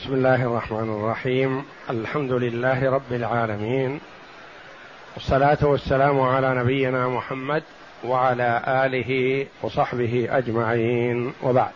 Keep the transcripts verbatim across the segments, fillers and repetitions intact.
بسم الله الرحمن الرحيم. الحمد لله رب العالمين، والصلاة والسلام على نبينا محمد وعلى آله وصحبه أجمعين، وبعد.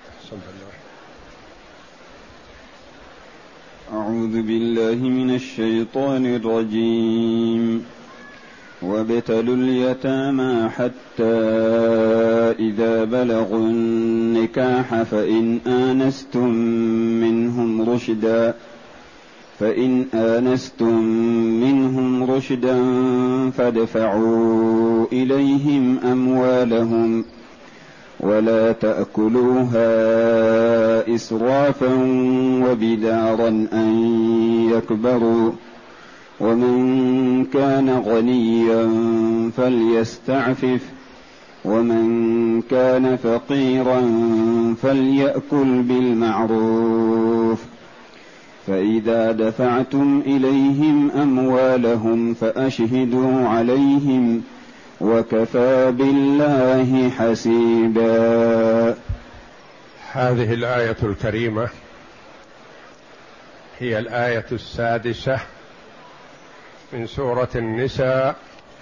أعوذ بالله من الشيطان الرجيم. وابتلوا اليتامى حتى إذا بلغوا النكاح فإن آنستم منهم رشدا فإن آنستم منهم رشدا فادفعوا إليهم أموالهم ولا تأكلوها إسرافا وبدارا أن يكبروا، ومن كان غنيا فليستعفف، ومن كان فقيرا فليأكل بالمعروف، فإذا دفعتم إليهم أموالهم فأشهدوا عليهم، وكفى بالله حسيبا. هذه الآية الكريمة هي الآية السادسة من سورة النساء،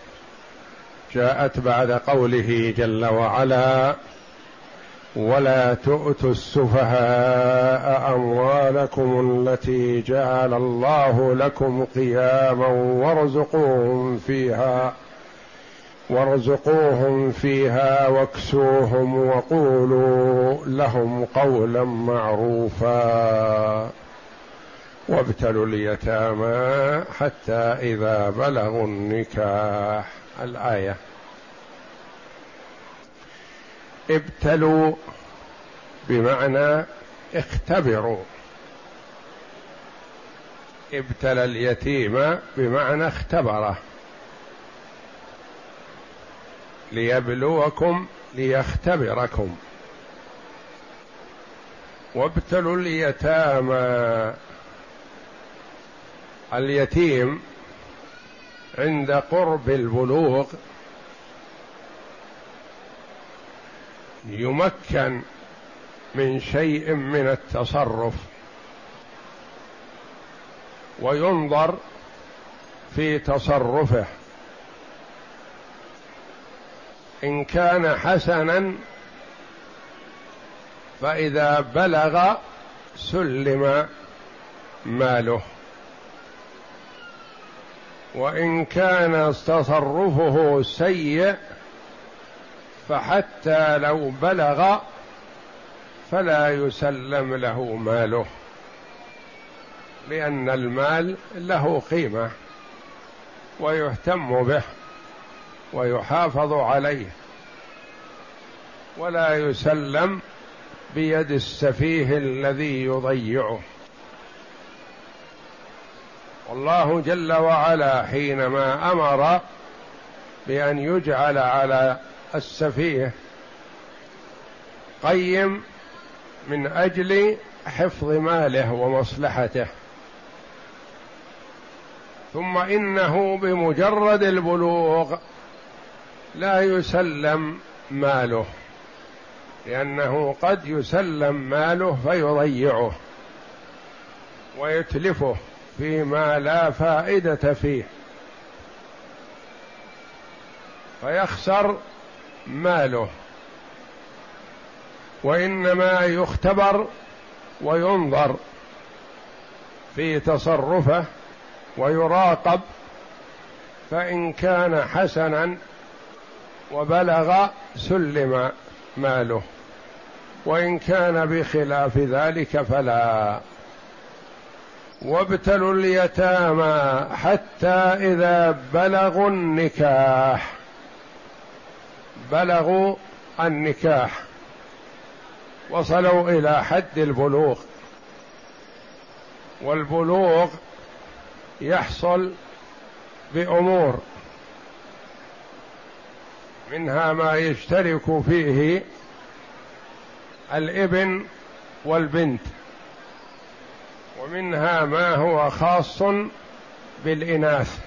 جاءت بعد قوله جل وعلا: ولا تؤتوا السفهاء أموالكم التي جعل الله لكم قياما وارزقوهم فيها وارزقوهم فيها واكسوهم وقولوا لهم قولا معروفا وابتلوا اليتامى حتى إذا بلغوا النكاح. الآية. ابتلوا بمعنى اختبروا، ابتلى اليتيم بمعنى اختبره، ليبلوكم ليختبركم. وابتلوا اليتامى، اليتيم عند قرب البلوغ يمكن من شيء من التصرف وينظر في تصرفه، إن كان حسنا فإذا بلغ سلم ماله، وإن كان تصرفه سيء فحتى لو بلغ فلا يسلم له ماله، لأن المال له قيمة ويهتم به ويحافظ عليه، ولا يسلم بيد السفيه الذي يضيعه. والله جل وعلا حينما أمر بأن يجعل على السفيه قيم من أجل حفظ ماله ومصلحته، ثم إنه بمجرد البلوغ لا يسلم ماله، لأنه قد يسلم ماله فيضيعه ويتلفه فيما لا فائدة فيه، فيخسر ماله، وإنما يختبر وينظر في تصرفه ويراقب، فإن كان حسنا وبلغ سلم ماله، وإن كان بخلاف ذلك فلا. وابتلوا اليتامى حتى إذا بلغوا النكاح، بلغوا النكاح وصلوا إلى حد البلوغ، والبلوغ يحصل بأمور، منها ما يشترك فيه الابن والبنت، ومنها ما هو خاص بالإناث.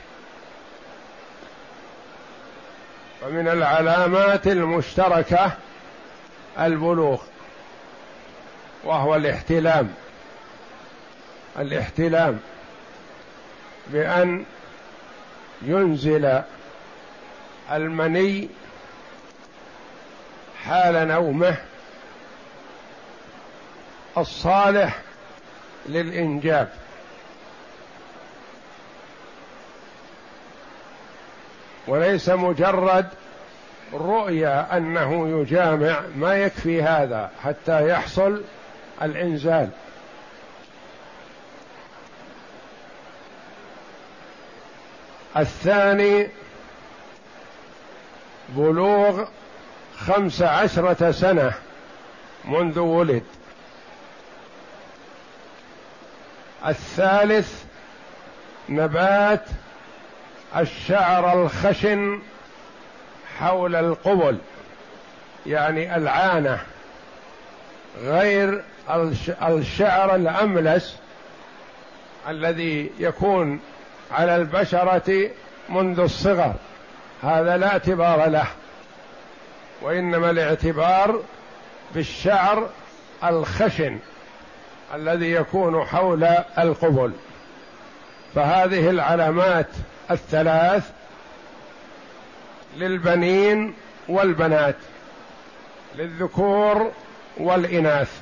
ومن العلامات المشتركة البلوغ، وهو الاحتلام، الاحتلام بأن ينزل المني حال نومه الصالح للإنجاب، وليس مجرد رؤيا أنه يجامع، ما يكفي هذا حتى يحصل الإنزال. الثاني بلوغ خمس عشرة سنة منذ ولد. الثالث نبات الشعر الخشن حول القبل، يعني العانة، غير الشعر الأملس الذي يكون على البشرة منذ الصغر، هذا لا اعتبار له، وإنما الاعتبار بالشعر الخشن الذي يكون حول القبل. فهذه العلامات الثلاث للبنين والبنات، للذكور والإناث.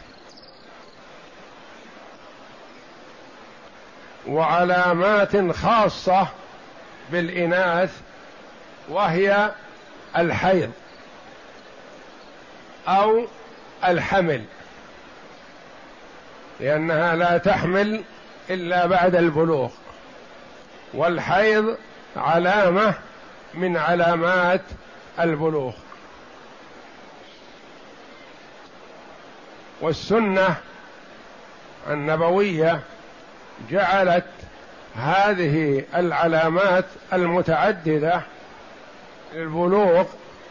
وعلامات خاصة بالإناث وهي الحيض أو الحمل، لأنها لا تحمل إلا بعد البلوغ، والحيض علامة من علامات البلوغ. والسنة النبوية جعلت هذه العلامات المتعددة للبلوغ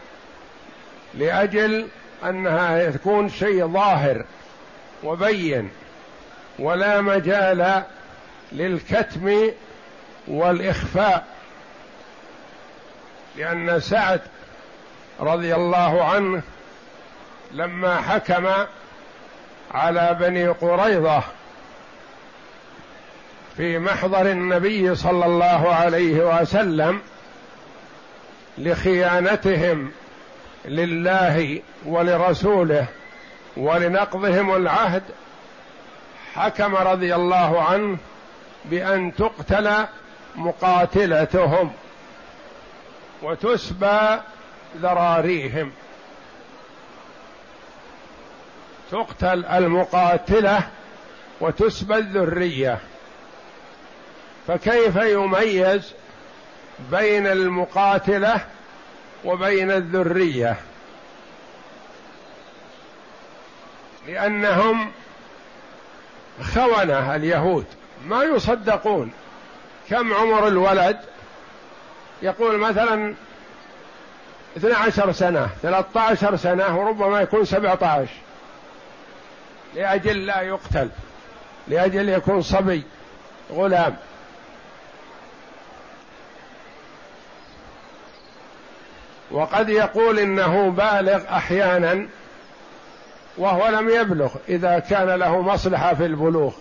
لأجل أنها تكون شيء ظاهر وبين، ولا مجال للكتم والإخفاء. لأن سعد رضي الله عنه لما حكم على بني قريظة في محضر النبي صلى الله عليه وسلم لخيانتهم لله ولرسوله ولنقضهم العهد، حكم رضي الله عنه بأن تقتل مقاتلتهم وتسبى ذراريهم. تقتل المقاتلة وتسبى الذرية، فكيف يميز بين المقاتلة وبين الذرية؟ لأنهم خونة اليهود ما يصدقون. كم عمر الولد؟ يقول مثلا اثنتا عشرة سنة، ثلاثة عشر سنة، وربما يكون سبعة عشر، لأجل لا يقتل، لأجل يكون صبي غلام. وقد يقول إنه بالغ أحيانا وهو لم يبلغ إذا كان له مصلحة في البلوغ.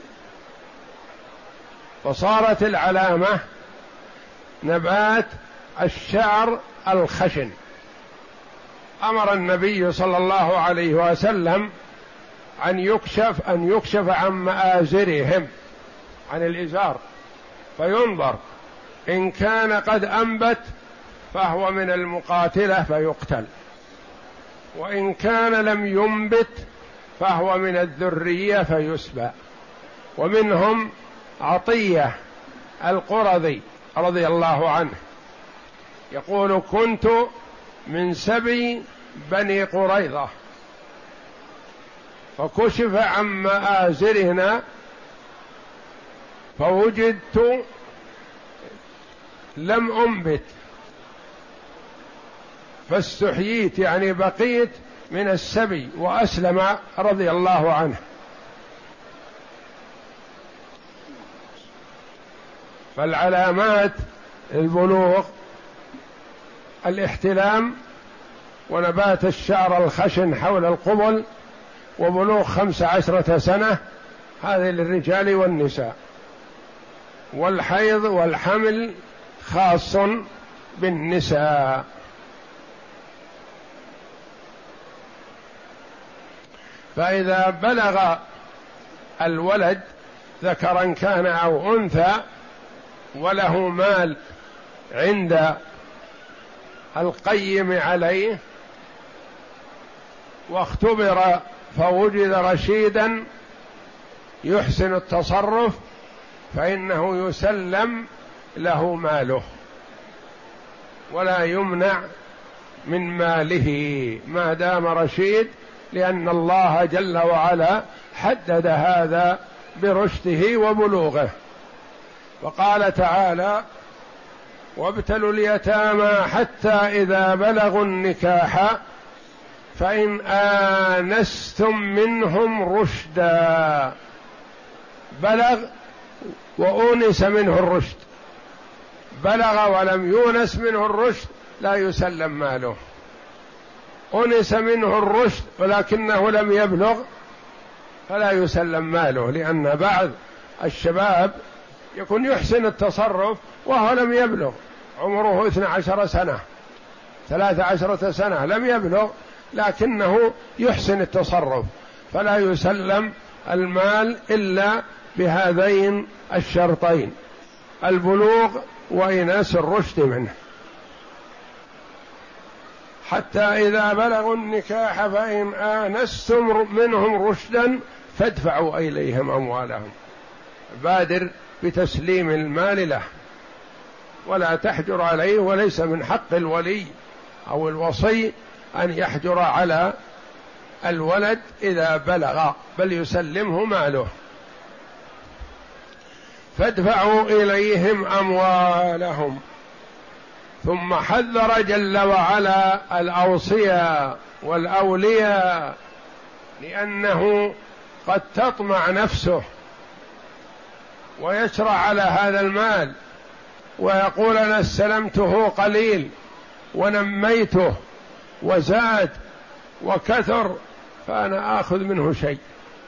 فصارت العلامة نبات الشعر الخشن. أمر النبي صلى الله عليه وسلم أن يكشف أن يكشف عن مآزرهم، عن الإزار، فينظر إن كان قد أنبت فهو من المقاتلة فيقتل، وإن كان لم ينبت فهو من الذرية فيسبى. ومنهم عطية القرظي رضي الله عنه يقول: كنت من سبي بني قريظة فكشف عن مآزرنا فوجدت لم أنبت فاستحييت، يعني بقيت من السبي، وأسلم رضي الله عنه. فالعلامات البلوغ الاحتلام، ونبات الشعر الخشن حول القبل، وبلوغ خمس عشرة سنة، هذه للرجال والنساء، والحيض والحمل خاص بالنساء. فإذا بلغ الولد ذكرا كان أو أنثى وله مال عند القيم عليه واختبر فوجد رشيدا يحسن التصرف فإنه يسلم له ماله ولا يمنع من ماله ما دام رشيد، لأن الله جل وعلا حدد هذا برشده وبلوغه. وقال تعالى: وابتلوا اليتامى حتى إذا بلغوا النكاح فإن آنستم منهم رشدا. بلغ وأونس منه الرشد، بلغ ولم يونس منه الرشد لا يسلم ماله. أونس منه الرشد ولكنه لم يبلغ فلا يسلم ماله، لأن بعض الشباب يكون يحسن التصرف وهو لم يبلغ، عمره اثنى عشر سنة ثلاث عشرة سنة لم يبلغ لكنه يحسن التصرف، فلا يسلم المال إلا بهذين الشرطين: البلوغ وإناس الرشد منه. حتى إذا بلغوا النكاح فإن آنستم منهم رشدا فادفعوا إليهم أموالهم. بادر بتسليم المال له ولا تحجر عليه، وليس من حق الولي أو الوصي أن يحجر على الولد إذا بلغ، بل يسلمه ماله. فادفعوا إليهم أموالهم. ثم حذر جل وعلا الأوصياء والأولياء، لأنه قد تطمع نفسه ويشرع على هذا المال ويقول: أنا استلمته قليل ونميته وزاد وكثر فأنا آخذ منه شيء.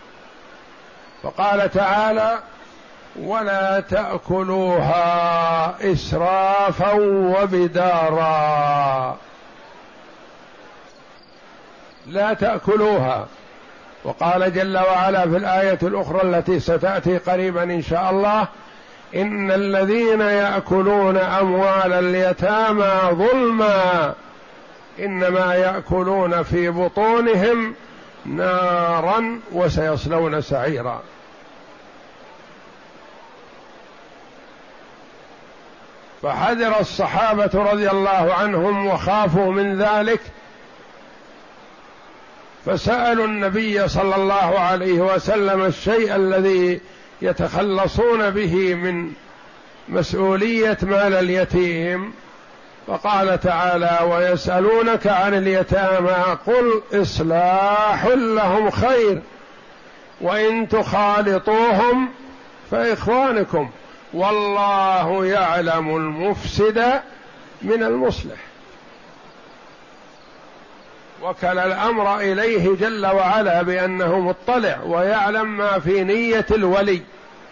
فقال تعالى: ولا تأكلوها إسرافا وبدارا. لا تأكلوها. وقال جل وعلا في الآية الأخرى التي ستأتي قريبا إن شاء الله: إن الذين يأكلون أموال اليتامى ظلما إنما يأكلون في بطونهم نارا وسيصلون سعيرا. فحذر الصحابة رضي الله عنهم وخافوا من ذلك، فسألوا النبي صلى الله عليه وسلم الشيء الذي يتخلصون به من مسؤولية مال اليتيم، فقال تعالى: ويسألونك عن اليتامى قل إصلاح لهم خير وإن تخالطوهم فإخوانكم والله يعلم المفسد من المصلح. وكل الأمر إليه جل وعلا بأنه مطلع ويعلم ما في نية الولي،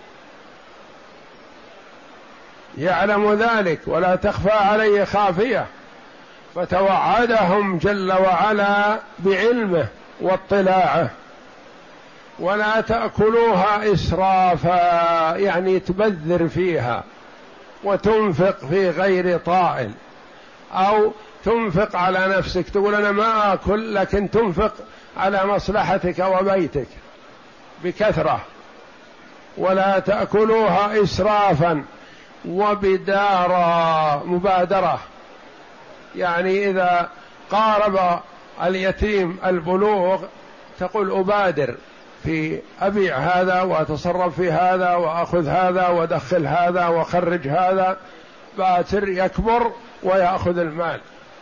يعلم ذلك ولا تخفى عليه خافية، فتوعدهم جل وعلا بعلمه واطلاعه. ولا تأكلوها إسرافا، يعني تبذر فيها وتنفق في غير طائل، أو تنفق على نفسك، تقول أنا ما أكل لكن تنفق على مصلحتك وبيتك بكثرة. ولا تأكلوها إسرافا وبدارا، مبادرة، يعني إذا قارب اليتيم البلوغ تقول أبادر في أبيع هذا وأتصرف في هذا وأخذ هذا وأدخل هذا وأخرج هذا، باتر يكبر ويأخذ المال.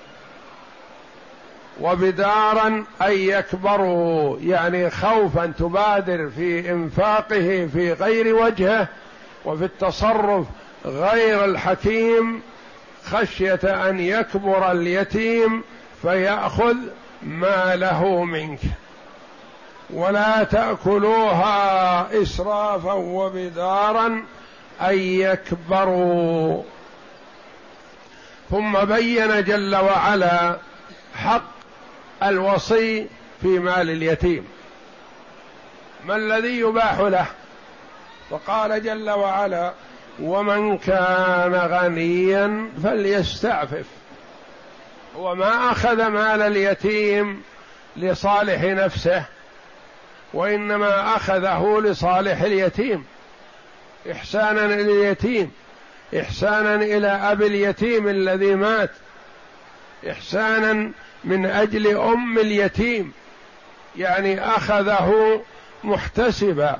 وبدارا أي يكبروا، يعني خوفا تبادر في إنفاقه في غير وجهه وفي التصرف غير الحكيم، خشية أن يكبر اليتيم فيأخذ ماله منك. ولا تأكلوها إسرافا وبدارا أن يكبروا. ثم بين جل وعلا حق الوصي في مال اليتيم، ما الذي يباح له؟ فقال جل وعلا: ومن كان غنيا فليستعفف. وما أخذ مال اليتيم لصالح نفسه، وإنما أخذه لصالح اليتيم، إحسانا إلى اليتيم، إحسانا إلى أبي اليتيم الذي مات، إحسانا من أجل أم اليتيم، يعني أخذه محتسبا.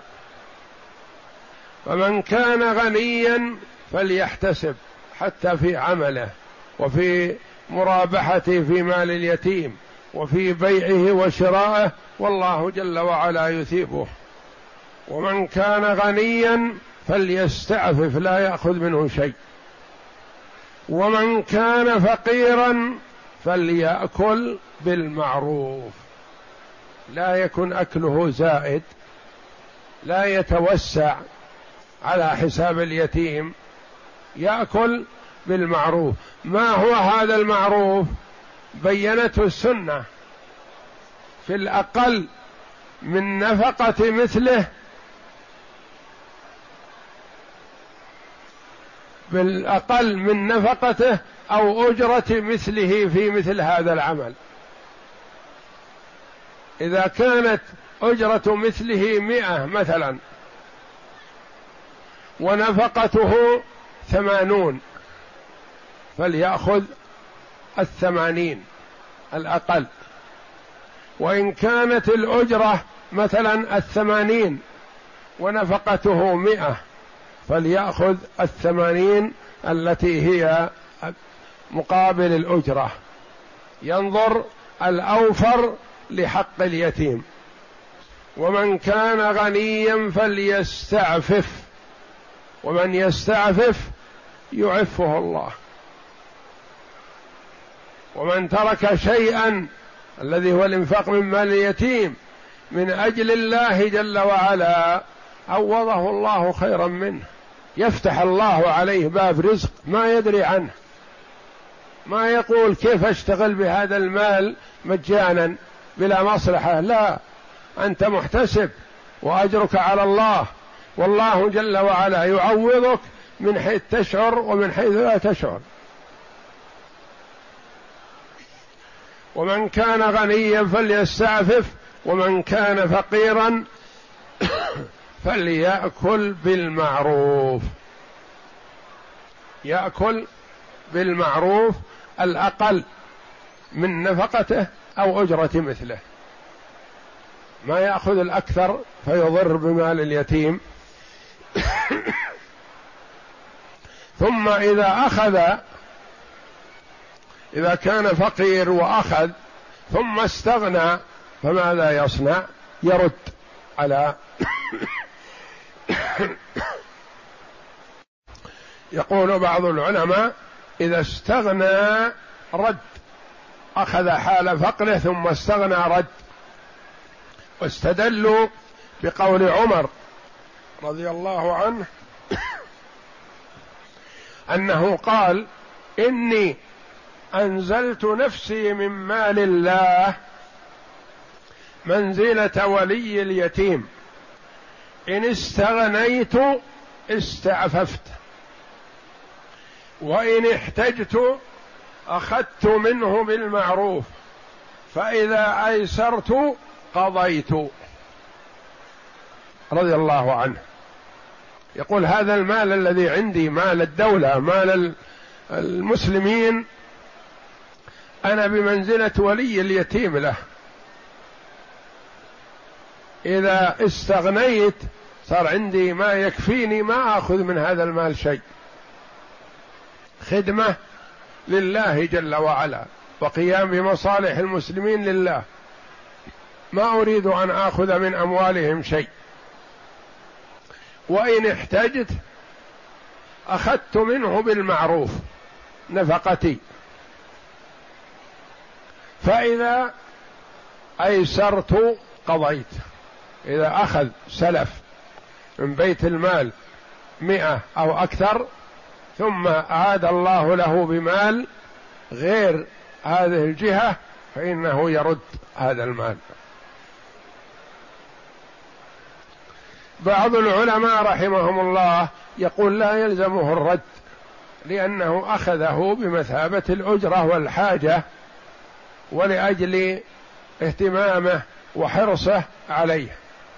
فمن كان غنيا فليحتسب حتى في عمله وفي مرابحته في مال اليتيم وفي بيعه وشرائه، والله جل وعلا يثيبه. ومن كان غنيا فليستعفف لا يأخذ منه شيء. ومن كان فقيرا فليأكل بالمعروف، لا يكن أكله زائد، لا يتوسع على حساب اليتيم، يأكل بالمعروف. ما هو هذا المعروف؟ بينته السنة: في الأقل من نفقة مثله، بالأقل من نفقته أو أجرة مثله في مثل هذا العمل. إذا كانت أجرة مثله مئة مثلا ونفقته ثمانون فليأخذ الثمانين الأقل. وإن كانت الأجرة مثلا الثمانين ونفقته مئة فليأخذ الثمانين التي هي مقابل الأجرة، ينظر الأوفر لحق اليتيم. ومن كان غنيا فليستعفف، ومن يستعفف يعفه الله. ومن ترك شيئا الذي هو الإنفاق من مال اليتيم من أجل الله جل وعلا عوضه الله خيرا منه، يفتح الله عليه باب رزق ما يدري عنه، ما يقول كيف أشتغل بهذا المال مجانا بلا مصلحة، لا، أنت محتسب وأجرك على الله، والله جل وعلا يعوضك من حيث تشعر ومن حيث لا تشعر. ومن كان غنيا فليستعفف، ومن كان فقيرا فليأكل بالمعروف. يأكل بالمعروف الأقل من نفقته أو أجرة مثله، ما يأخذ الأكثر فيضر بمال اليتيم. ثم إذا أخذ، إذا كان فقير وأخذ ثم استغنى فماذا يصنع؟ يرد على يقول بعض العلماء: إذا استغنى رد، أخذ حال فقره ثم استغنى رد. واستدلوا بقول عمر رضي الله عنه أنه قال: إني أنزلت نفسي من مال الله منزلة ولي اليتيم، إن استغنيت استعففت، وإن احتجت أخذت منه بالمعروف، فإذا أيسرت قضيت. رضي الله عنه يقول: هذا المال الذي عندي، مال الدولة، مال المسلمين، أنا بمنزلة ولي اليتيم له، إذا استغنيت صار عندي ما يكفيني، ما أخذ من هذا المال شيء، خدمة لله جل وعلا وقيام بمصالح المسلمين لله، ما أريد أن آخذ من أموالهم شيء. وإن احتجت أخذت منه بالمعروف نفقتي، فإذا أيسرت قضيت. إذا أخذ سلف من بيت المال مئة أو أكثر ثم أعاد الله له بمال غير هذه الجهة فإنه يرد هذا المال. بعض العلماء رحمهم الله يقول لا يلزمه الرد، لأنه أخذه بمثابة الأجرة والحاجة ولأجل اهتمامه وحرصه عليه.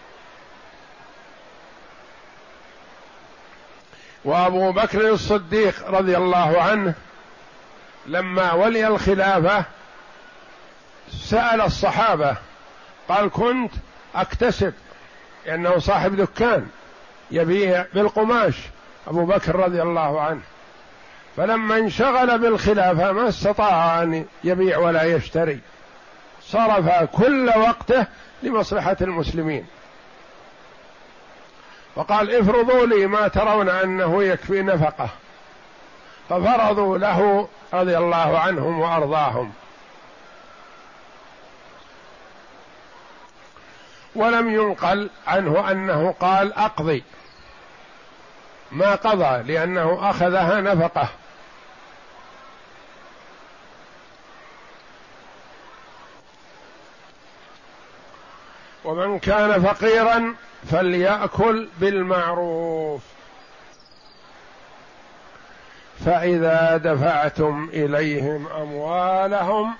وأبو بكر الصديق رضي الله عنه لما ولي الخلافة سأل الصحابة قال كنت أكتسب، لأنه صاحب دكان يبيع بالقماش أبو بكر رضي الله عنه، فلما انشغل بالخلافة ما استطاع أن يبيع ولا يشتري، صرف كل وقته لمصلحة المسلمين، وقال افرضوا لي ما ترون أنه يكفي نفقه، ففرضوا له رضي الله عنهم وأرضاهم. ولم ينقل عنه أنه قال أقضي، ما قضى لأنه أخذها نفقة. ومن كان فقيرا فليأكل بالمعروف، فإذا دفعتم إليهم أموالهم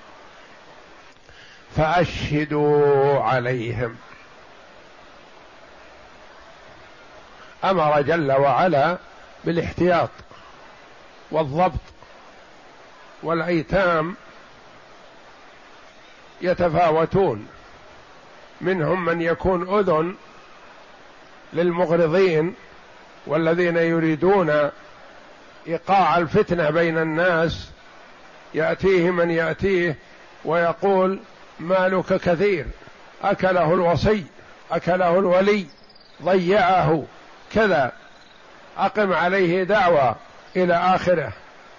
فأشهدوا عليهم. أمر جل وعلا بالاحتياط والضبط، والأيتام يتفاوتون، منهم من يكون أذن للمغرضين والذين يريدون إيقاع الفتنة بين الناس، يأتيه من يأتيه ويقول مالك كثير، أكله الوصي، أكله الولي، ضيعه كذا، أقم عليه دعوة إلى آخره،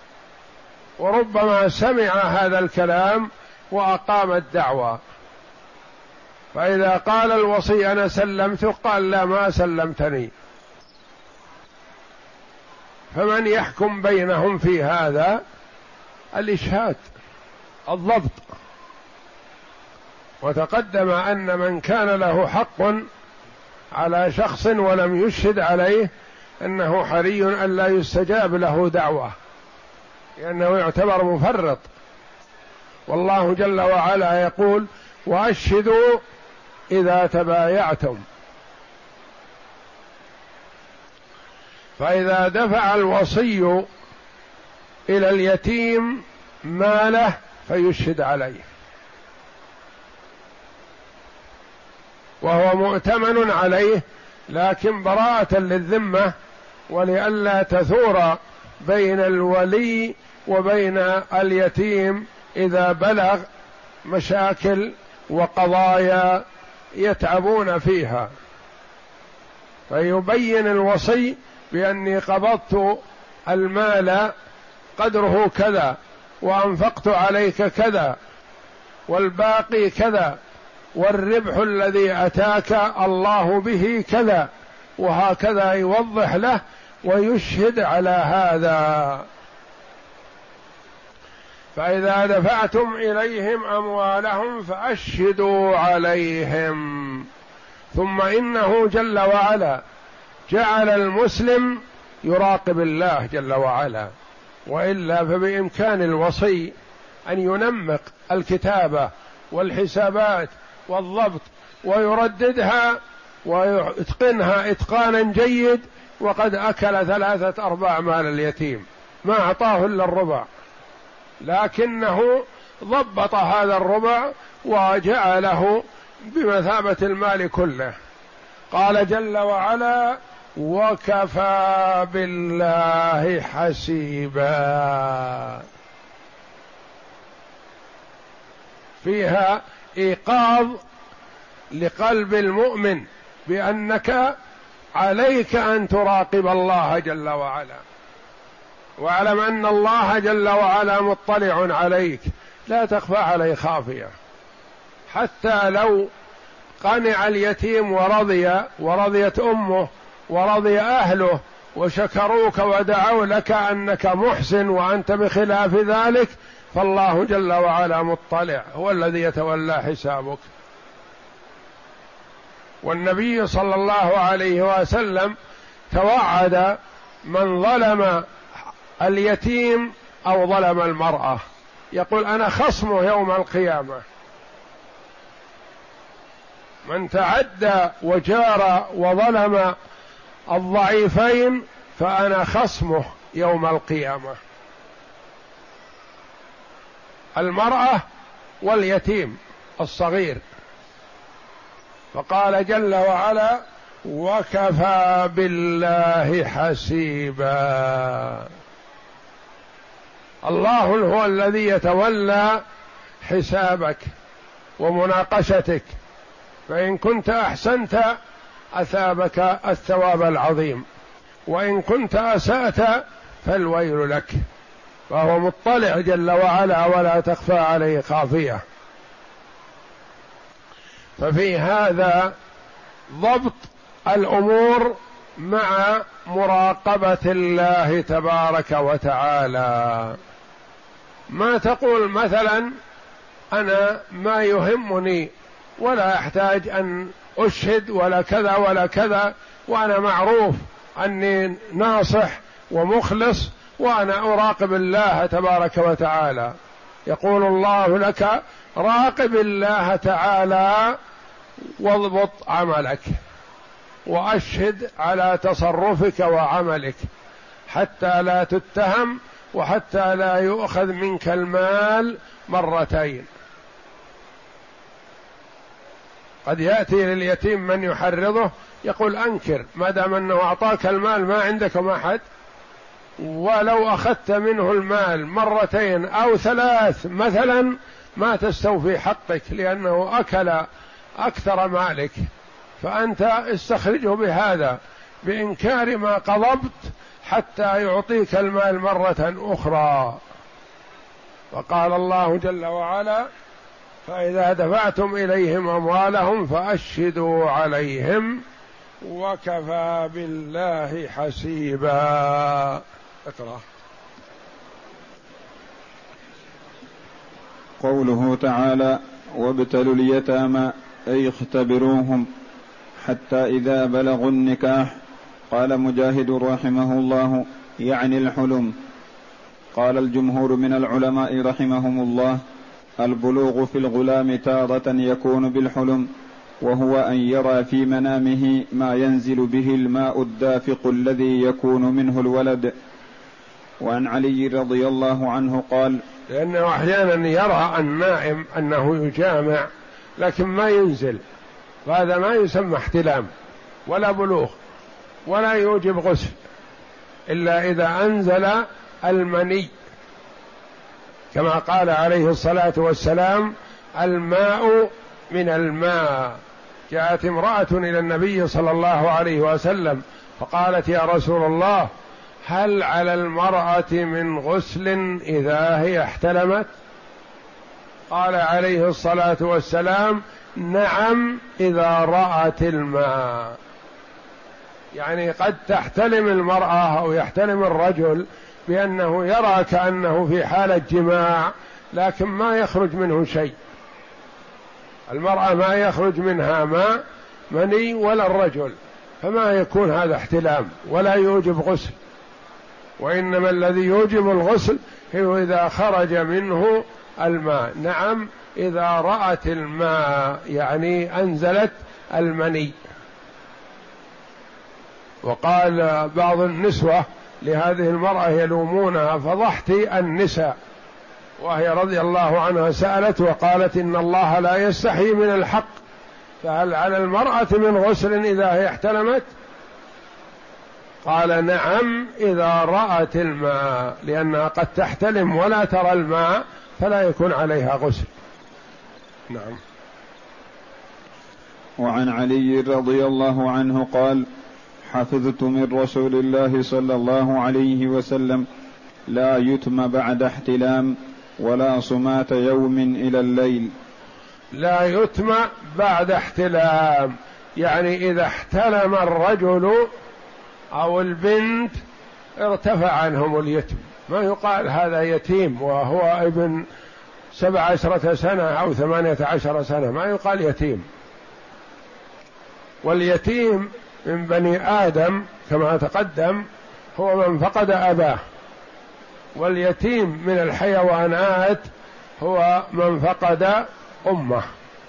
وربما سمع هذا الكلام وأقام الدعوة، فإذا قال الوصي أنا سلمت قال لا ما سلمتني، فمن يحكم بينهم في هذا؟ الإشهاد، الضبط. وتقدم أن من كان له حق على شخص ولم يشهد عليه أنه حري أن لا يستجاب له دعوة، لأنه يعتبر مفرط. والله جل وعلا يقول وأشهدوا إذا تبايعتم، فإذا دفع الوصي إلى اليتيم ماله فيشهد عليه وهو مؤتمن عليه، لكن براءة للذمة ولئلا تثور بين الولي وبين اليتيم إذا بلغ مشاكل وقضايا يتعبون فيها، فيبين الوصي بأني قبضت المال قدره كذا وأنفقت عليك كذا والباقي كذا والربح الذي أتاك الله به كذا، وهكذا يوضح له ويشهد على هذا. فإذا دفعتم إليهم أموالهم فأشهدوا عليهم. ثم إنه جل وعلا جعل المسلم يراقب الله جل وعلا، وإلا فبإمكان الوصي أن ينمق الكتابة والحسابات والضبط ويرددها ويتقنها إتقانا جيد، وقد أكل ثلاثة أرباع مال اليتيم ما أعطاه إلا الربع، لكنه ضبط هذا الربع وجعله بمثابة المال كله. قال جل وعلا وكفى بالله حسيبا، فيها إيقاظ لقلب المؤمن بأنك عليك أن تراقب الله جل وعلا، واعلم أن الله جل وعلا مطلع عليك، لا تخفى عليه خافية، حتى لو قنع اليتيم ورضي ورضيت أمه ورضي أهله وشكروك ودعوا لك أنك محسن وأنت بخلاف ذلك، فالله جل وعلا مطلع، هو الذي يتولى حسابك. والنبي صلى الله عليه وسلم توعد من ظلم اليتيم أو ظلم المرأة، يقول أنا خصمه يوم القيامة، من تعدى وجار وظلم الضعيفين فأنا خصمه يوم القيامة، المرأة واليتيم الصغير. فقال جل وعلا وكفى بالله حسيبا، الله هو الذي يتولى حسابك ومناقشتك، فإن كنت أحسنت أثابك الثواب العظيم، وإن كنت أسأت فالويل لك، فهو مطلع جل وعلا ولا تخفى عليه خافية. ففي هذا ضبط الأمور مع مراقبة الله تبارك وتعالى. ما تقول مثلا أنا ما يهمني ولا أحتاج أن أشهد ولا كذا ولا كذا، وأنا معروف أني ناصح ومخلص وأنا أراقب الله تبارك وتعالى. يقول الله لك راقب الله تعالى واضبط عملك وأشهد على تصرفك وعملك حتى لا تتهم وحتى لا يؤخذ منك المال مرتين. قد يأتي لليتيم من يحرضه يقول أنكر، ما دام أنه أعطاك المال ما عندك ما حد، ولو أخذت منه المال مرتين أو ثلاث مثلا ما تستوفي حقك لأنه أكل أكثر مالك، فأنت استخرجه بهذا بإنكار ما قضبت حتى يعطيك المال مرة أخرى. وقال الله جل وعلا فإذا دفعتم إليهم أموالهم فأشهدوا عليهم وكفى بالله حسيبا. اقرأ. قوله تعالى وابتلوا اليتامى أي اختبروهم حتى إذا بلغوا النكاح. قال مجاهد رحمه الله يعني الحلم. قال الجمهور من العلماء رحمهم الله البلوغ في الغلام تارة يكون بالحلم، وهو أن يرى في منامه ما ينزل به الماء الدافق الذي يكون منه الولد. وعن علي رضي الله عنه قال لأنه أحيانا يرى النائم أنه يجامع لكن ما ينزل، وهذا ما يسمى احتلام ولا بلوغ ولا يوجب غسل إلا إذا أنزل المني، كما قال عليه الصلاة والسلام الماء من الماء. جاءت امرأة إلى النبي صلى الله عليه وسلم فقالت يا رسول الله هل على المرأة من غسل إذا هي احتلمت؟ قال عليه الصلاة والسلام نعم إذا رأت الماء. يعني قد تحتلم المرأة أو يحتلم الرجل بأنه يرى كأنه في حالة جماع لكن ما يخرج منه شيء، المرأة ما يخرج منها ماء مني ولا الرجل، فما يكون هذا احتلام ولا يوجب غسل، وإنما الذي يوجب الغسل هو إذا خرج منه الماء. نعم إذا رأت الماء يعني أنزلت المني. وقال بعض النسوة لهذه المرأة يلومونها فضحت النساء، وهي رضي الله عنها سألت وقالت إن الله لا يستحي من الحق، فهل على المرأة من غسل إذا هي احتلمت؟ قال نعم إذا رأت الماء، لأنها قد تحتلم ولا ترى الماء فلا يكون عليها غسل. نعم. وعن علي رضي الله عنه قال حفظت من رسول الله صلى الله عليه وسلم لا يتم بعد احتلام ولا صمات يوم إلى الليل. لا يتم بعد احتلام، يعني إذا احتلم الرجل أو البنت ارتفع عنهم اليتم، ما يقال هذا يتيم وهو ابن سبع عشرة سنة أو ثمانية عشر سنة، ما يقال يتيم. واليتيم من بني آدم كما تقدم هو من فقد أباه، واليتيم من الحيوانات هو من فقد أمه.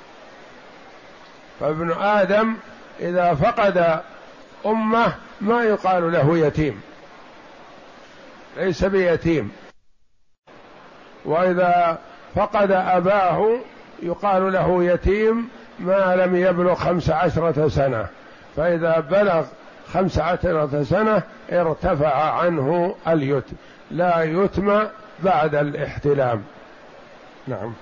فابن آدم إذا فقد أمه ما يقال له يتيم، ليس بيتيم. وإذا فقد أباه يقال له يتيم ما لم يبلغ خمس عشرة سنة، فإذا بلغ خمس عشرة سنة ارتفع عنه اليتم، لا يتم بعد الاحتلام. نعم.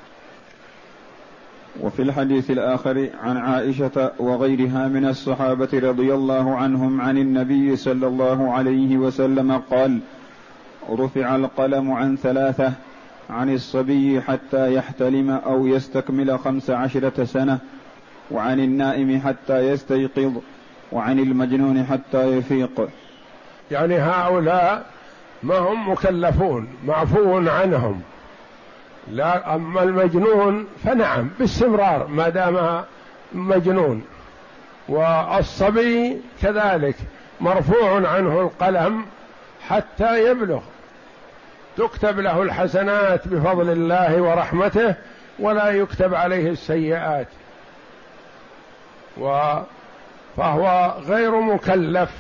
وفي الحديث الآخر عن عائشة وغيرها من الصحابة رضي الله عنهم عن النبي صلى الله عليه وسلم قال: رفع القلم عن ثلاثة: عن الصبي حتى يحتلم أو يستكمل خمس عشرة سنة، وعن النائم حتى يستيقظ، وعن المجنون حتى يفيق. يعني هؤلاء ما هم مكلفون، معفو عنهم. لا، أما المجنون فنعم باستمرار ما دام مجنون، والصبي كذلك مرفوع عنه القلم حتى يبلغ، تكتب له الحسنات بفضل الله ورحمته ولا يكتب عليه السيئات، فهو غير مكلف.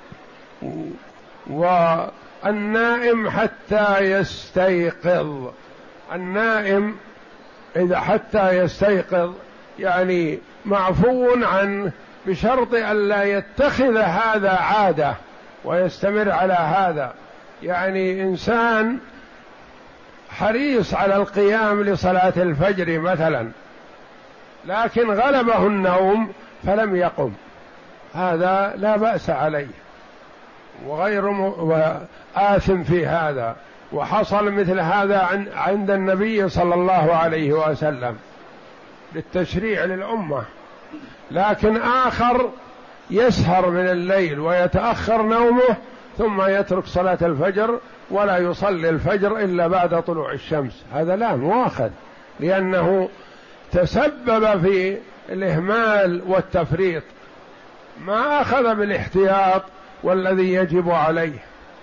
والنائم حتى يستيقظ، النائم إذا حتى يستيقظ يعني معفو عنه بشرط أن لا يتخذ هذا عادة ويستمر على هذا. يعني إنسان حريص على القيام لصلاة الفجر مثلا، لكن غلبه النوم فلم يقم، هذا لا بأس عليه وغير آثم في هذا. وحصل مثل هذا عند النبي صلى الله عليه وسلم للتشريع للأمة. لكن آخر يسهر من الليل ويتأخر نومه ثم يترك صلاة الفجر ولا يصلي الفجر إلا بعد طلوع الشمس، هذا لا مؤاخذ، لأنه تسبب في الإهمال والتفريط، ما أخذ بالاحتياط والذي يجب عليه.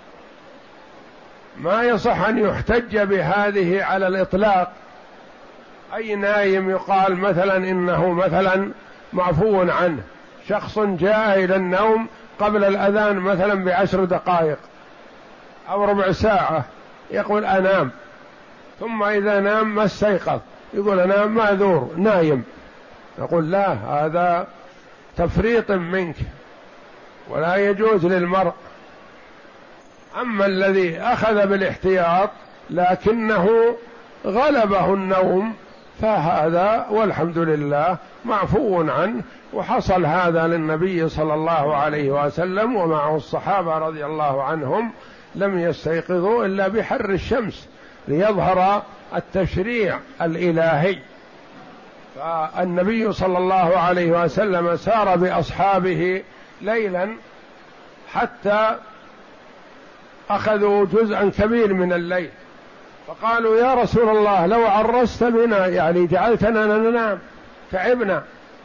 ما يصح أن يحتج بهذه على الإطلاق. أي نايم يقال مثلا إنه مثلا معفو عنه، شخص جاء إلى النوم قبل الأذان مثلا بعشر دقائق أو ربع ساعة، يقول أنام، ثم إذا نام ما استيقظ يقول أنام معذور نايم، نقول لا، هذا تفريط منك ولا يجوز للمرء. أما الذي أخذ بالاحتياط لكنه غلبه النوم فهذا والحمد لله معفو عنه. وحصل هذا للنبي صلى الله عليه وسلم ومعه الصحابة رضي الله عنهم، لم يستيقظوا إلا بحر الشمس ليظهر التشريع الإلهي. فالنبي صلى الله عليه وسلم سار بأصحابه ليلا حتى أخذوا جزءا كبير من الليل، فقالوا يا رسول الله لو عرست بنا، يعني جعلتنا ننام تعبنا.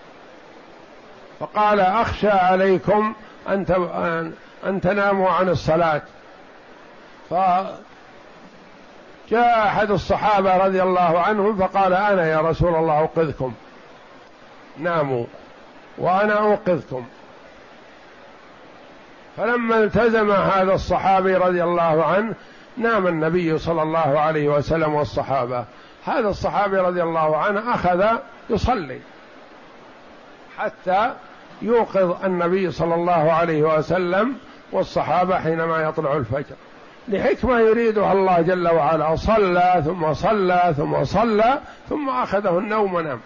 فقال أخشى عليكم أن أن تناموا عن الصلاة. فجاء أحد الصحابة رضي الله عنهم فقال أنا يا رسول الله أوقظكم، ناموا وأنا أوقظكم. فلما التزم هذا الصحابي رضي الله عنه نام النبي صلى الله عليه وسلم والصحابة. هذا الصحابي رضي الله عنه أخذ يصلي حتى يوقظ النبي صلى الله عليه وسلم والصحابة حينما يطلع الفجر، لحكمة يريدها الله جل وعلا. صلى ثم صلى ثم صلى ثم أخذه النوم ونام،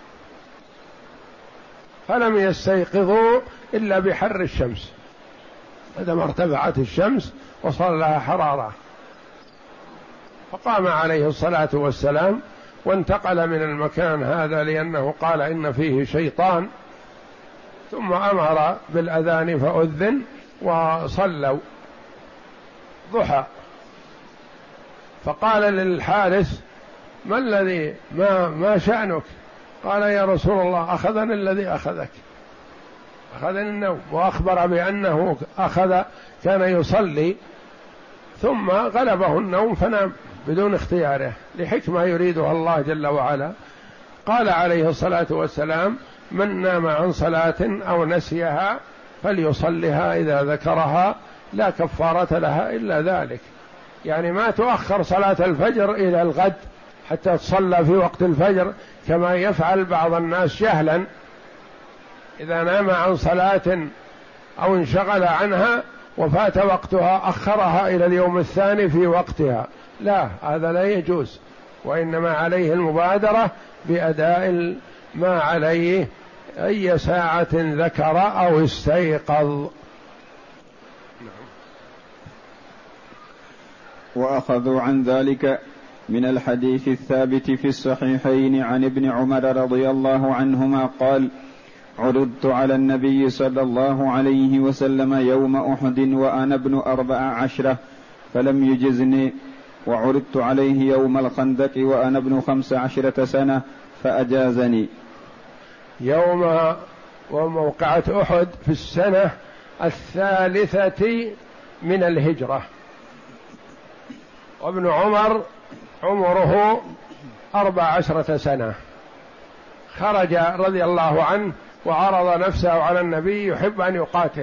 فلم يستيقظوا إلا بحر الشمس، عندما ارتفعت الشمس وصار لها حرارة. فقام عليه الصلاة والسلام وانتقل من المكان هذا لأنه قال إن فيه شيطان، ثم أمر بالأذان فأذن وصلوا ضحى. فقال للحارس: ما الذي ما ما شأنك؟ قال: يا رسول الله أخذني الذي أخذك، أخذني النوم. وأخبر بأنه أخذ كان يصلي ثم غلبه النوم فنام بدون اختياره لحكمة يريدها الله جل وعلا. قال عليه الصلاة والسلام: من نام عن صلاة أو نسيها فليصلها إذا ذكرها لا كفارة لها إلا ذلك. يعني ما تؤخر صلاة الفجر إلى الغد حتى تصلى في وقت الفجر كما يفعل بعض الناس جهلا، إذا نام عن صلاة أو انشغل عنها وفات وقتها أخرها إلى اليوم الثاني في وقتها. لا، هذا لا يجوز، وإنما عليه المبادرة بأداء ما عليه أي ساعة ذكر أو استيقظ. وأخذوا عن ذلك من الحديث الثابت في الصحيحين عن ابن عمر رضي الله عنهما قال: عرضت على النبي صلى الله عليه وسلم يوم أحد وأنا ابن أربع عشرة فلم يجزني، وعرضت عليه يوم الخندق وأنا ابن خمس عشرة سنة فأجازني. يوم وموقعة أحد في السنة الثالثة من الهجرة، وابن عمر عمره أربع عشرة سنة. خرج رضي الله عنه وعرض نفسه على النبي يحب أن يقاتل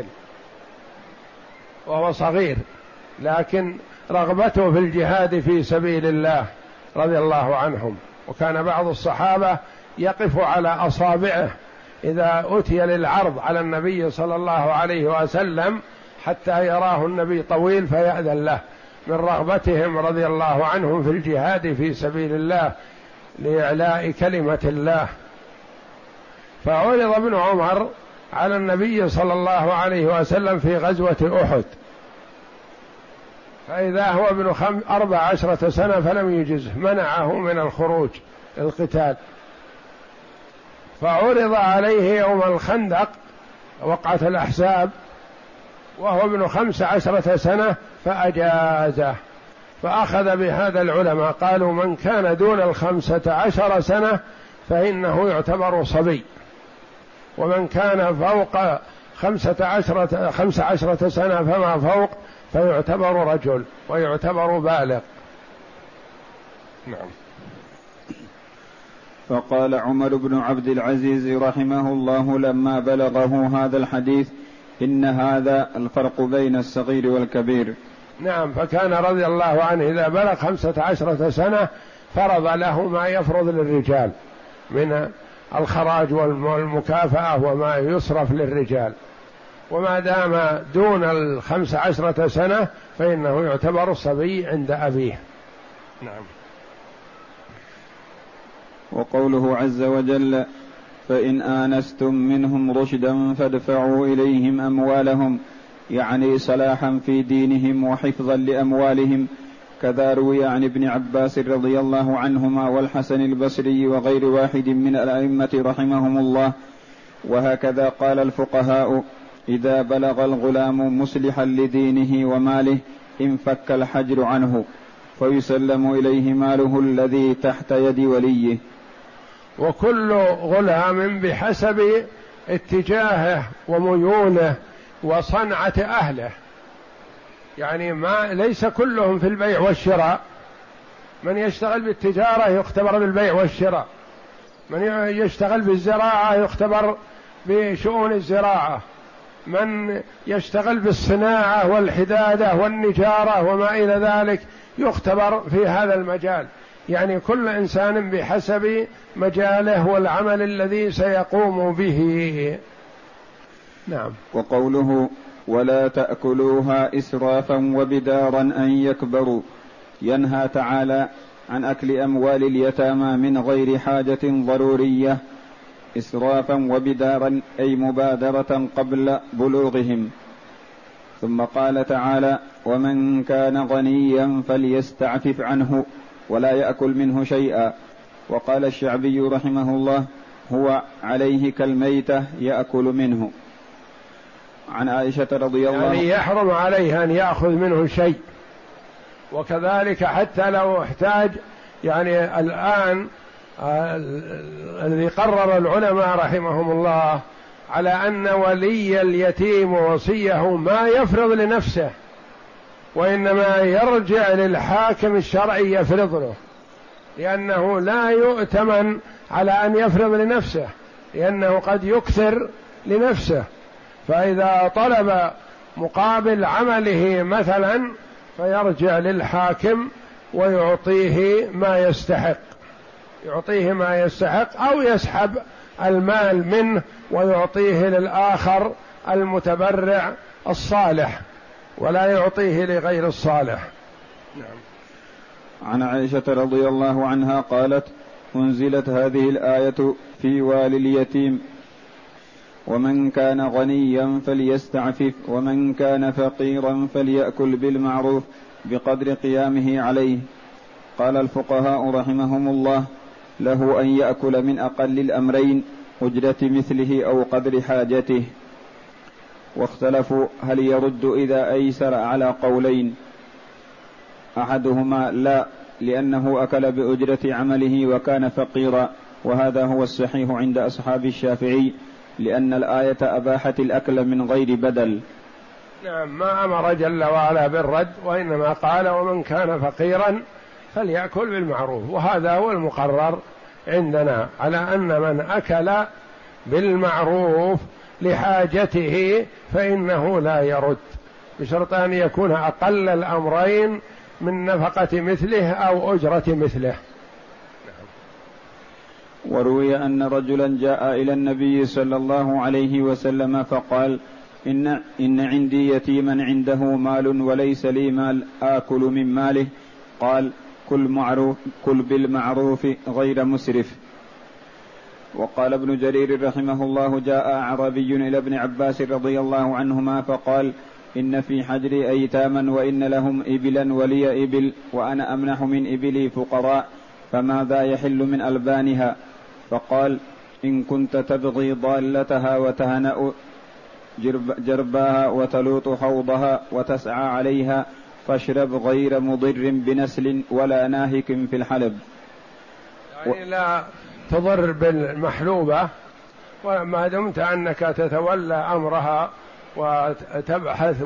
وهو صغير، لكن رغبته في الجهاد في سبيل الله رضي الله عنهم. وكان بعض الصحابة يقف على أصابعه إذا أتي للعرض على النبي صلى الله عليه وسلم حتى يراه النبي طويل فيأذن له، من رغبتهم رضي الله عنهم في الجهاد في سبيل الله لإعلاء كلمة الله. فعرض ابن عمر على النبي صلى الله عليه وسلم في غزوة أحد، فإذا هو ابن خم... أربع عشرة سنة فلم يجزه، منعه من الخروج للقتال. فعرض عليه يوم الخندق وقعة الأحزاب وهو ابن خمس عشرة سنة فأجازه. فأخذ بهذا العلماء، قالوا من كان دون الخمسة عشر سنة فإنه يعتبر صبي، ومن كان فوق خمسة عشرة, خمس عشرة سنة فما فوق فيعتبر رجل ويعتبر بالغ. نعم. فقال عمر بن عبد العزيز رحمه الله لما بلغه هذا الحديث: إن هذا الفرق بين الصغير والكبير. نعم. فكان رضي الله عنه إذا بلغ خمسة عشرة سنة فرض له ما يفرض للرجال من الخراج والمكافأة وما يصرف للرجال، وما دام دون الخمس عشرة سنة فإنه يعتبر صبي عند أبيه. نعم. وقوله عز وجل: فإن آنستم منهم رشدا فادفعوا إليهم أموالهم، يعني صلاحا في دينهم وحفظا لأموالهم، كذا روي عن ابن عباس رضي الله عنهما والحسن البصري وغير واحد من الأئمة رحمهم الله. وهكذا قال الفقهاء: إذا بلغ الغلام مصلحا لدينه وماله انفك الحجر عنه فيسلم إليه ماله الذي تحت يد وليه. وكل غلام بحسب اتجاهه وميوله وصنعة أهله، يعني ما ليس كلهم في البيع والشراء. من يشتغل بالتجارة يختبر بالبيع والشراء، من يشتغل بالزراعة يختبر بشؤون الزراعة، من يشتغل بالصناعة والحدادة والنجارة وما إلى ذلك يختبر في هذا المجال. يعني كل إنسان بحسب مجاله والعمل الذي سيقوم به. نعم. وقوله: ولا تأكلوها إسرافا وبدارا أن يكبروا، ينهى تعالى عن أكل أموال اليتامى من غير حاجة ضرورية، إسرافا وبدارا أي مبادرة قبل بلوغهم. ثم قال تعالى: ومن كان غنيا فليستعفف عنه ولا يأكل منه شيئا، وقال الشعبي رحمه الله: هو عليه كالميتة يأكل منه. عن عائشة رضي الله عنها يعني يحرم عليه أن يأخذ منه شيء. وكذلك حتى لو احتاج، يعني الآن الذي قرر العلماء رحمهم الله على أن ولي اليتيم ووصيه ما يفرض لنفسه، وإنما يرجع للحاكم الشرعي يفرض له، لأنه لا يؤتمن على أن يفرض لنفسه، لأنه قد يكثر لنفسه، فإذا طلب مقابل عمله مثلا فيرجع للحاكم ويعطيه ما يستحق، يعطيه ما يستحق أو يسحب المال منه ويعطيه للآخر المتبرع الصالح، ولا يعطيه لغير الصالح. نعم. عن عائشة رضي الله عنها قالت: أنزلت هذه الآية في والي اليتيم: ومن كان غنيا فليستعفف ومن كان فقيرا فليأكل بالمعروف بقدر قيامه عليه. قال الفقهاء رحمهم الله: له أن يأكل من أقل الأمرين، أجرة مثله أو قدر حاجته. واختلفوا هل يرد إذا أيسر على قولين: أحدهما لا، لأنه أكل بأجرة عمله وكان فقيرا، وهذا هو الصحيح عند أصحاب الشافعي، لأن الآية أباحت الأكل من غير بدل. نعم، ما أمر جل وعلا بالرد، وإنما قال: ومن كان فقيرا فليأكل بالمعروف، وهذا هو المقرر عندنا على أن من أكل بالمعروف لحاجته فإنه لا يرد، بشرط أن يكون أقل الأمرين من نفقة مثله أو أجرة مثله. وروي أن رجلا جاء إلى النبي صلى الله عليه وسلم فقال: إن, إن عندي يتيما عنده مال وليس لي مال آكل من ماله. قال: كل, معروف كل بالمعروف غير مسرف. وقال ابن جرير رحمه الله: جاء أعرابي إلى ابن عباس رضي الله عنهما فقال: إن في حجري أيتاما وإن لهم إبلا ولي إبل وأنا أمنح من إبلي فقراء، فماذا يحل من ألبانها؟ فقال: إن كنت تبغي ضالتها وتهنأ جرب جرباها وتلوط حوضها وتسعى عليها فاشرب غير مضر بنسل ولا ناهك في الحلب. يعني لا تضر بالمحلوبة، وما دمت أنك تتولى أمرها وتبحث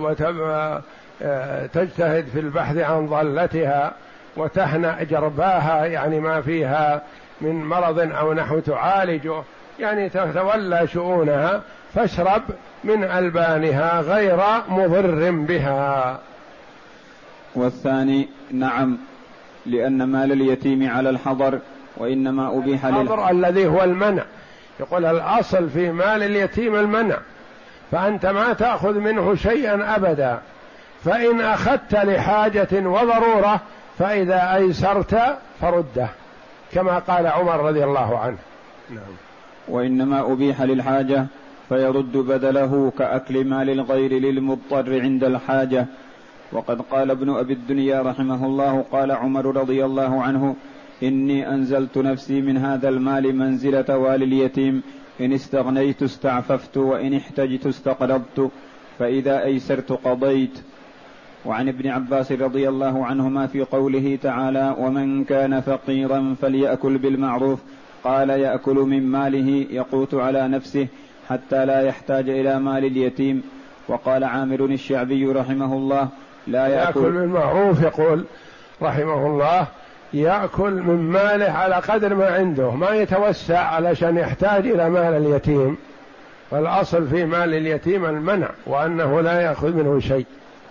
وتجتهد في البحث عن ضالتها وتهنأ جرباها، يعني ما فيها من مرض أو نحو تعالجه، يعني تتولى شؤونها، فاشرب من ألبانها غير مضر بها. والثاني نعم، لأن مال اليتيم على الحضر، وإنما أبيح الحضر الذي هو المنع. يقول الأصل في مال اليتيم المنع، فأنت ما تأخذ منه شيئا أبدا، فإن أخذت لحاجة وضرورة فإذا أيسرت فرده، كما قال عمر رضي الله عنه. نعم. وإنما أبيح للحاجة فيرد بدله كأكل مال الغير للمضطر عند الحاجة. وقد قال ابن أبي الدنيا رحمه الله: قال عمر رضي الله عنه: إني أنزلت نفسي من هذا المال منزلة والي اليتيم، إن استغنيت استعففت وإن احتجت استقرضت، فإذا أيسرت قضيت. وعن ابن عباس رضي الله عنهما في قوله تعالى: ومن كان فقيرا فليأكل بالمعروف، قال: يأكل من ماله يقوت على نفسه حتى لا يحتاج إلى مال اليتيم. وقال عامر الشعبي رحمه الله: لا يأكل, يأكل بالمعروف، يقول رحمه الله: يأكل من ماله على قدر ما عنده، ما يتوسع علشان يحتاج إلى مال اليتيم، والأصل في مال اليتيم المنع، وأنه لا يأخذ منه شيء.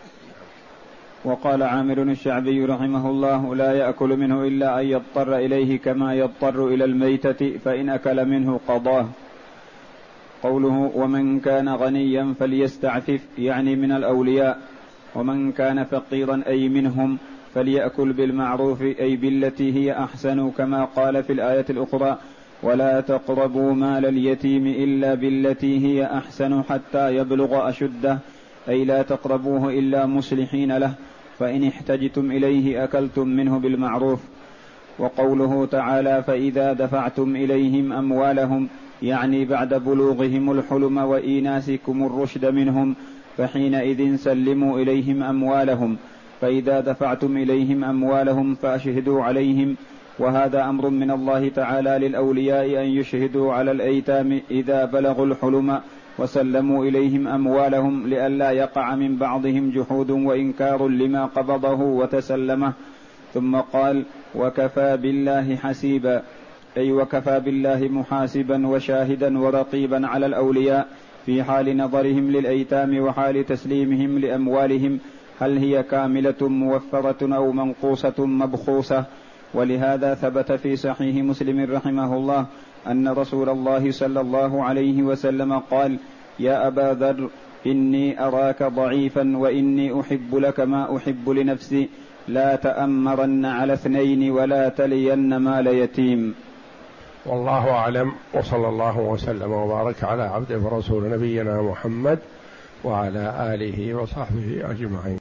وقال عامر الشعبي رحمه الله: لا يأكل منه إلا أن يضطر إليه كما يضطر إلى الميتة، فإن أكل منه قضاه. قوله: ومن كان غنيا فليستعفف، يعني من الأولياء، ومن كان فقيرا أي منهم فليأكل بالمعروف، أي بالتي هي أحسن، كما قال في الآية الأخرى: ولا تقربوا مال اليتيم إلا بالتي هي أحسن حتى يبلغ أشده، أي لا تقربوه إلا مصلحين له، فإن احتجتم إليه أكلتم منه بالمعروف. وقوله تعالى فإذا دفعتم إليهم أموالهم يعني بعد بلوغهم الحلم وإيناسكم الرشد منهم فحينئذ سلموا إليهم أموالهم، فإذا دفعتم إليهم أموالهم فأشهدوا عليهم. وهذا أمر من الله تعالى للأولياء أن يشهدوا على الأيتام إذا بلغوا الحلم وسلموا إليهم أموالهم لئلا يقع من بعضهم جحود وإنكار لما قبضه وتسلمه. ثم قال وكفى بالله حسيبا، أي وكفى بالله محاسبا وشاهدا ورقيبا على الأولياء في حال نظرهم للأيتام وحال تسليمهم لأموالهم، هل هي كاملة موفرة أو منقوصة مبخوصة. ولهذا ثبت في صحيح مسلم رحمه الله أن رسول الله صلى الله عليه وسلم قال يا أبا ذر إني أراك ضعيفا وإني أحب لك ما أحب لنفسي، لا تأمرن على اثنين ولا تلين مال يتيم. والله أعلم، وصلى الله وسلم وبارك على عبده ورسول نبينا محمد وعلى آله وصحبه أجمعين.